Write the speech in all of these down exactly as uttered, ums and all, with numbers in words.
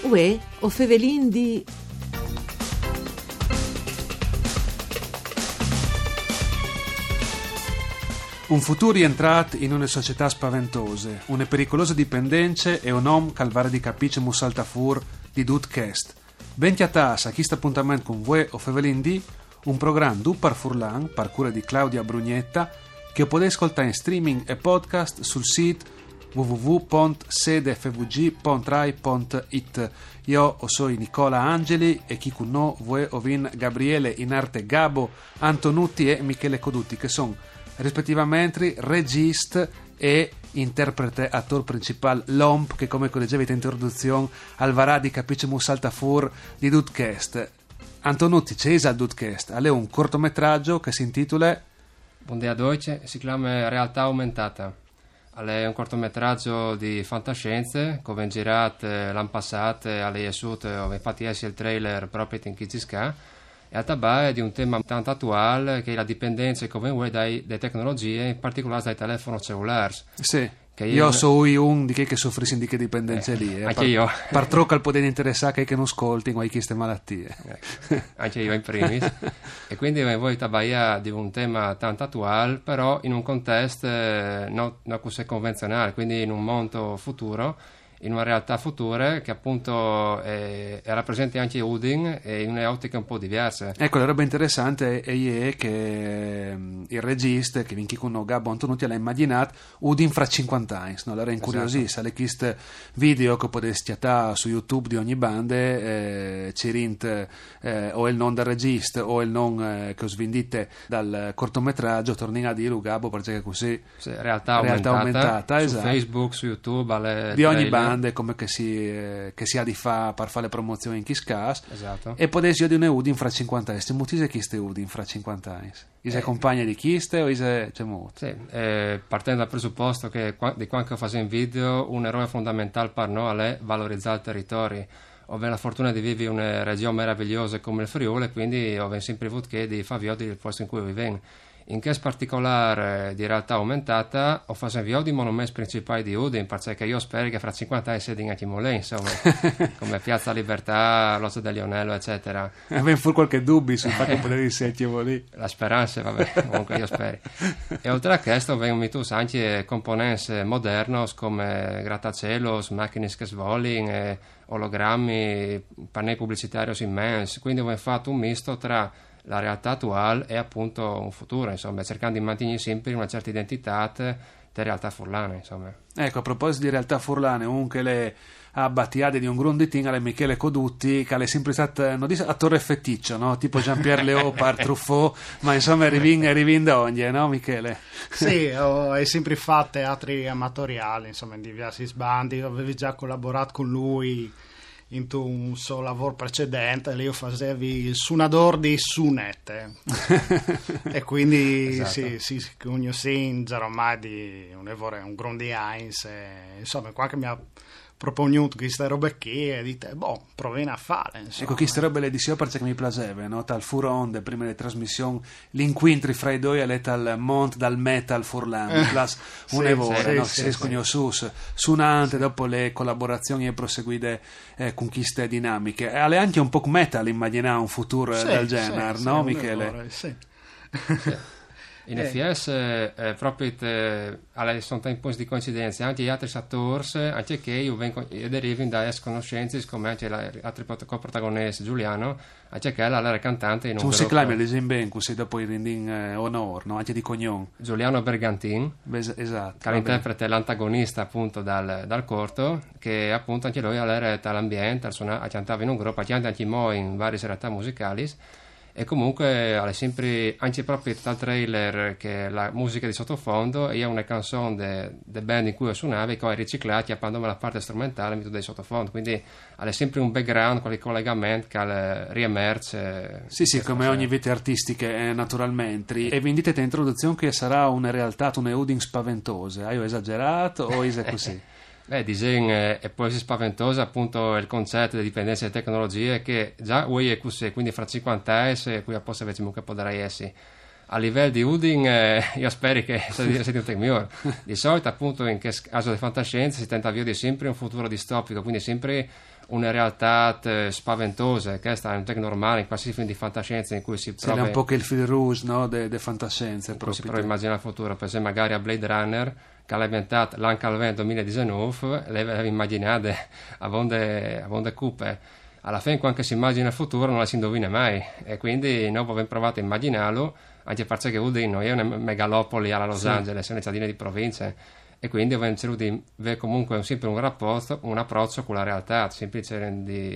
Uè, o fevelin di... Un futuro entrato in una società spaventose, una pericolosa dipendenza e un uomo calvare di capice musaltafur di Dudcast. Benti a tassa, a chi sta appuntamento con voi o fevelin di un programma du par Furlan, par cura di Claudia Brugnetta, che potete ascoltare in streaming e podcast sul sito w w w punto sedefvg punto rai punto it. Io sono Nicola Angeli e chi con noi voi ovin Gabriele Inarte Gabo Antonutti e Michele Codutti, che sono rispettivamente regista e interprete attore principale l'O M P, che come correggevate in introduzione Alvarà di Capice Musaltafur di Dudcast. Antonutti, c'è al Dudcast, ha un cortometraggio che si intitola Buongiorno a Deutsche, si chiama Realtà Aumentata. È un cortometraggio di fantascienze che è girato l'anno passato alle Esut, infatti esce il trailer proprio in Kizisca, e è di un tema tanto attuale che è la dipendenza come vuoi dai, dalle tecnologie, in particolare dai telefoni cellulari. Sì. Che io, io sono un di che soffrisce di che dipendenze eh, lì. Eh. Anche par, io. Per troppo al potere interessare che non ascolti o queste malattie. Eh, anche io in primis. E quindi voi tabaia di un tema tanto attuale, però in un contesto eh, non no così convenzionale, quindi in un mondo futuro, in una realtà futura che appunto è, è rappresenta anche Udin e in un'ottica un po' diversa. Ecco, la roba interessante è, è che um, il regista che vinchi con Gabo Antonutti l'ha immaginato Udin fra cinquanta anni, no? Allora incuriosì, esatto. Sale questo video che potete schiattare su YouTube di ogni bande, eh, ci rint eh, o il non del regista o il non eh, che ho svindite dal cortometraggio, torni a dire Gabo perché così sì, realtà, realtà aumentata, aumentata su esatto. Facebook, su YouTube, alle di ogni trailer. banda come che si, eh, che si ha di fa per fare le promozioni in Kiskas, esatto. E potessi io di un Udin fra cinquanta anni. Stiamo dicendo chi ste Udin fra cinquanta anni? Ise eh. compagni di chiste o ise c'è molto? Sì, eh, partendo dal presupposto che qua, di quando faccio in video un eroe fondamentale per noi è valorizzare il territorio. Ho la fortuna di vivere in una regione meravigliosa come il Friuli e quindi ho sempre avuto che di fare del posto in cui vivo. In caso particolare di realtà aumentata ho fatto avvio di monumenti principali di Udin, perché io spero che fra cinquanta anni si dia anche Molè, insomma, come Piazza Libertà, l'Osso del Lionello, eccetera. Aveva pure qualche dubbio sul fatto che potevi essere lì. La speranza, vabbè, comunque io spero. E oltre a questo vengono tutti anche componenti moderni come grattacielo, macchine che svolgono, ologrammi, pannelli pubblicitari immensi, quindi abbiamo fatto un misto tra la realtà attuale e appunto un futuro, insomma, cercando di mantenere sempre una certa identità della realtà furlane, insomma. Ecco, a proposito di realtà furlane, un che le ha battiate di un grunditin alle Michele Codutti, che è sempre stato, non dice attore feticcio, no? Tipo Jean-Pierre Léopard, Truffaut, ma insomma arrivi da ogni, no Michele? Sì, ho, ho sempre fatto teatri amatoriali, insomma, in diversi sbandi, avevi già collaborato con lui in un suo lavoro precedente, lì io facevo il suonador di sunette e quindi esatto. sì, sì, conosci ormai di un evore, un grande Heinz e, insomma qua che mi ha proponuto queste robe qui e dite boh, provino a fare insomma. Ecco, queste robe le dicevo perché mi piaceva, no? Tal furonde prima delle trasmissioni l'incontri fra i due e tal mont dal metal furlano eh, plus un sì, evore sì, no? Sì, si escono sì. su suonante sì. Dopo le collaborazioni e proseguite eh, conquiste dinamiche e alle anche un po' metal immaginare un futuro sì, del genere, sì, no sì, Michele? Evore, sì. Sì. In F S eh, proprio te, alle, sono tempi di coincidenza anche gli altri attori anche che io, vengo, io derivo da conoscenze come anche gli altri coprotagonisti Giuliano anche che era la cantante in un gruppo si chiama ad esempio così dopo il in eh, onore no? Anche di cognome Giuliano Bergantin Bes- esatto che interpreta l'antagonista appunto dal, dal corto che appunto anche lui era all'ambiente ha cantato in un gruppo ha cantato anche moi in varie serate musicali. E comunque è sempre anche proprio dal trailer che la musica di sottofondo è una canzone del de band in cui io suonavo e poi riciclati appando la parte strumentale e metto dei sottofondo, quindi è sempre un background, qualche collegamento che riemerge. Sì sì, come ogni vita artistica eh, naturalmente. E vi dite in introduzione che sarà una realtà, una Udin spaventosa, hai esagerato o è così? Beh, disegno è poi spaventoso appunto il concetto di dipendenza dalle tecnologie che già voi è così, quindi fra cinquanta anni qui a posto invece che potrai essere. a livello di Udin eh, io spero che sia diventato migliore. Di solito appunto in che caso di fantascienza si tenta via di sempre un futuro distopico, quindi sempre una realtà eh, spaventosa, che è un tech normale in qualsiasi film di fantascienza in cui si prova, sì, un po' che il fil rouge, no, de, de fantascienze, in cui si prova a immaginare il futuro. Per esempio magari a Blade Runner, che l'ha inventato l'anno Calvin duemiladiciannove, lei aveva immaginato a vonde, a vonde cupe. Alla fine quando si immagina il futuro non la si indovina mai, e quindi noi abbiamo provato a immaginarlo, anche perché Udine non è una megalopoli alla Los sì. Angeles, è una cittadina di provincia, e quindi abbiamo cercato di avere comunque sempre un rapporto, un approccio con la realtà, semplice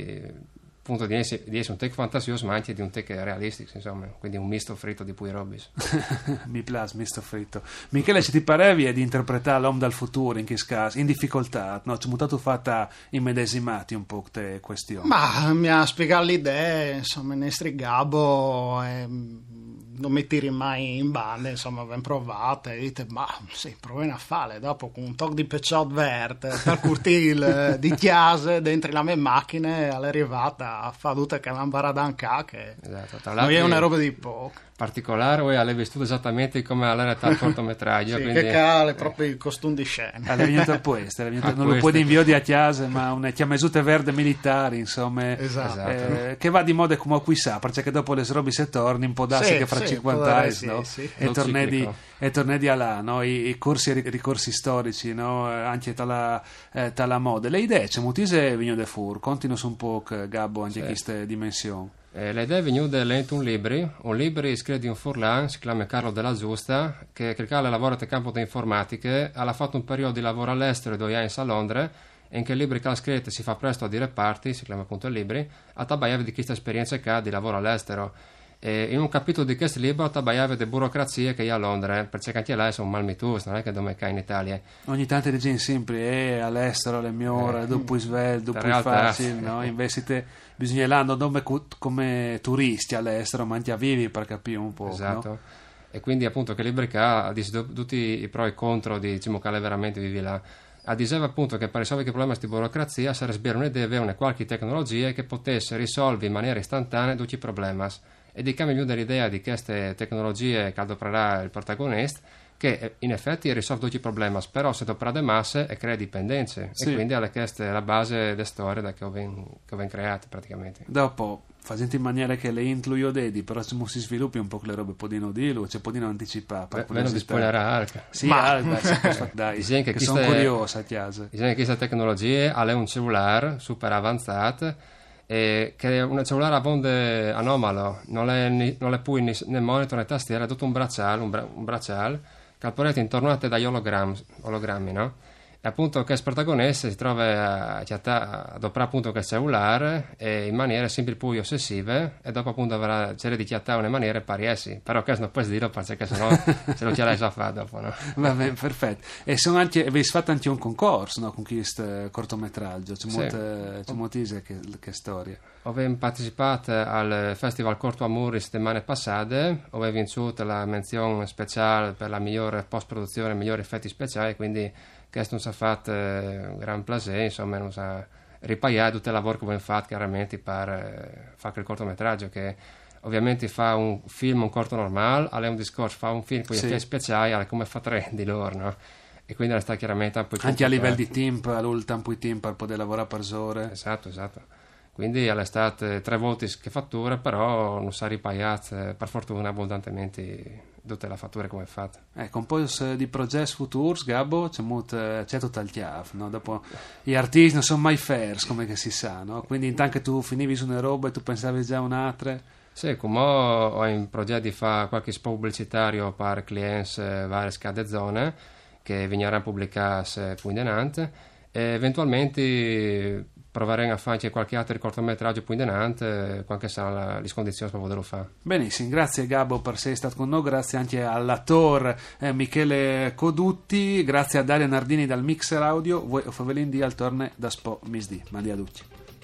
di appunto di essere, di essere un tech fantasioso ma anche di un tech realistico, insomma, quindi un misto fritto di pui robis. Mi piace misto fritto. Michele, se ti parevi di interpretare l'uomo dal futuro in che caso, in difficoltà, no? C'è mutato fatta immedesimati un po' te questioni. Ma mi ha spiegato l'idea, insomma, Nestri Gabbo, eh, non mi tiri mai in banda, insomma, ben provate, e dite, ma sì, proviamo a fare, dopo con un tocco di pecciot verde, per curtil di chiase dentro la mia macchina, all'arrivata a fa tutta che l'ambara d'anca, che esatto. Tra non è una roba di poco. Particolare, voi avete vestito esattamente come all'era tal cortometraggio. Sì, quindi... che cale, proprio il costume di scena. È venuto a questo, è venuto, a non questo. lo puoi inviare di a chiesa, ma una chiamesute verde militari, insomma, Esatto. eh, che va di moda come qui sa, perché dopo le robe se torni, un po' darsi Sì, che fra sì, cinquanta anni, sì, no? sì. E tornei di Ciclico. e tornei di là, no? I, i corsi e i ricorsi storici, no? Anche talla, eh, talla moda. Le idee, c'è mutise vigno de fur, continua su un po' Gabbo anche Sì. queste dimensioni. Eh, l'idea è venuta da un libro, un libro scritto di un furlan, si chiama Carlo Della Giusta, che che lavora nel campo di informatiche, ha fatto un periodo di lavoro all'estero due anni a Londra, e in che il libro che ha scritto si fa presto a dire parti, si chiama appunto il libro, a tabaiave di questa esperienza che ha di lavoro all'estero. E in un capitolo di questo libro tabaiave di burocrazie che ha a Londra, perché anche là sono malmitus, non è che dove in Italia. Ogni tanto dicono sempre, eh, all'estero le mie ore, Eh, dopo svel, dopo realtà, facile, no? Invece bisogna là non come turisti all'estero, ma anche a vivi per capire un po'. Esatto. No? E quindi appunto che libro che ha dice tutti i pro e i contro di diciamo che lei veramente vivi là. A diceva appunto che per risolvere il problema di burocrazia sarebbe un'idea di avere qualche tecnologia che potesse risolvere in maniera istantanea tutti i problemi. E di cambio dell'idea di queste tecnologie che adopererà il protagonista, che in effetti risolve tutti i problemi, però se adopera le masse e crea dipendenze. Sì. E quindi alla questa è la base delle storie che ho create praticamente. Dopo, facendo in maniera che le incluyo dedi, però se si sviluppi un po' che le robe podino dirlo, cioè podino anticipare. Per Meno di spoilerare anche. Sì, Ma- ah, beh, sì, questo- dai, Diciamo che che questa sono è- curiosa a chiesa. Bisogna che questa tecnologia ha un cellulare super avanzato, e che è un cellulare a bonde anomalo, non è, ni, non è poi né, né monitor né tastiera, è tutto un bracciale, un, bra, un bracciale calcolato intorno a te dagli ologrammi, ologrammi, no? E appunto che il protagonista si trova a, a adoperare appunto quel cellulare e in maniere sempre più ossessive, e dopo appunto avrà cercare di chiattare in maniere pari essi, però che non puoi dirlo perché sennò se lo ce l'hai già fatto dopo, no? Va bene, perfetto. E sono anche, avete fatto anche un concorso, no, con questo cortometraggio, c'è Sì. molte, c'è molte che, che storie. Avevo partecipato al Festival Corto Amuri settimane passate, avevo vinto la menzione speciale per la migliore post-produzione, migliori effetti speciali, quindi questo non si è fatto eh, un gran piacere, insomma, non si è ripagato tutto il lavoro che abbiamo fatto chiaramente per eh, fare quel cortometraggio, che ovviamente fa un film, un corto normale, è un discorso, fa un film con gli Sì. effetti speciali, è come fa tre di loro, no? E quindi sta chiaramente un po' Anche a livello complicato. di tempo, all'ultimo po' di tempo per poter lavorare per ore. Esatto, esatto. Quindi all'estate tre volte che fattura, però non si è ripagato per fortuna abbondantemente tutte le fatture come è fatta. Ecco, un po' di progetti futuri, Gabbo, c'è, molto, c'è tutto il chiaf, no? Dopo gli artisti non sono mai fairs, come che si sa, no? Quindi intanto che tu finivi su una roba e tu pensavi già a un'altra. Sì, come ho, ho in progetto di fare qualche spot pubblicitario per clienti eh, varie scade zone che verranno pubblicati più in avanti, e eventualmente proveremo a fare anche qualche altro cortometraggio più in avanti, eh, qualche saranno le condizioni per poterlo fare. Benissimo, grazie Gabbo per essere stato con noi, grazie anche all'attore eh, Michele Codutti, grazie a Daria Nardini dal Mixer Audio, voi o Favelin di al torne da Spo Misdi, mandi a tutti.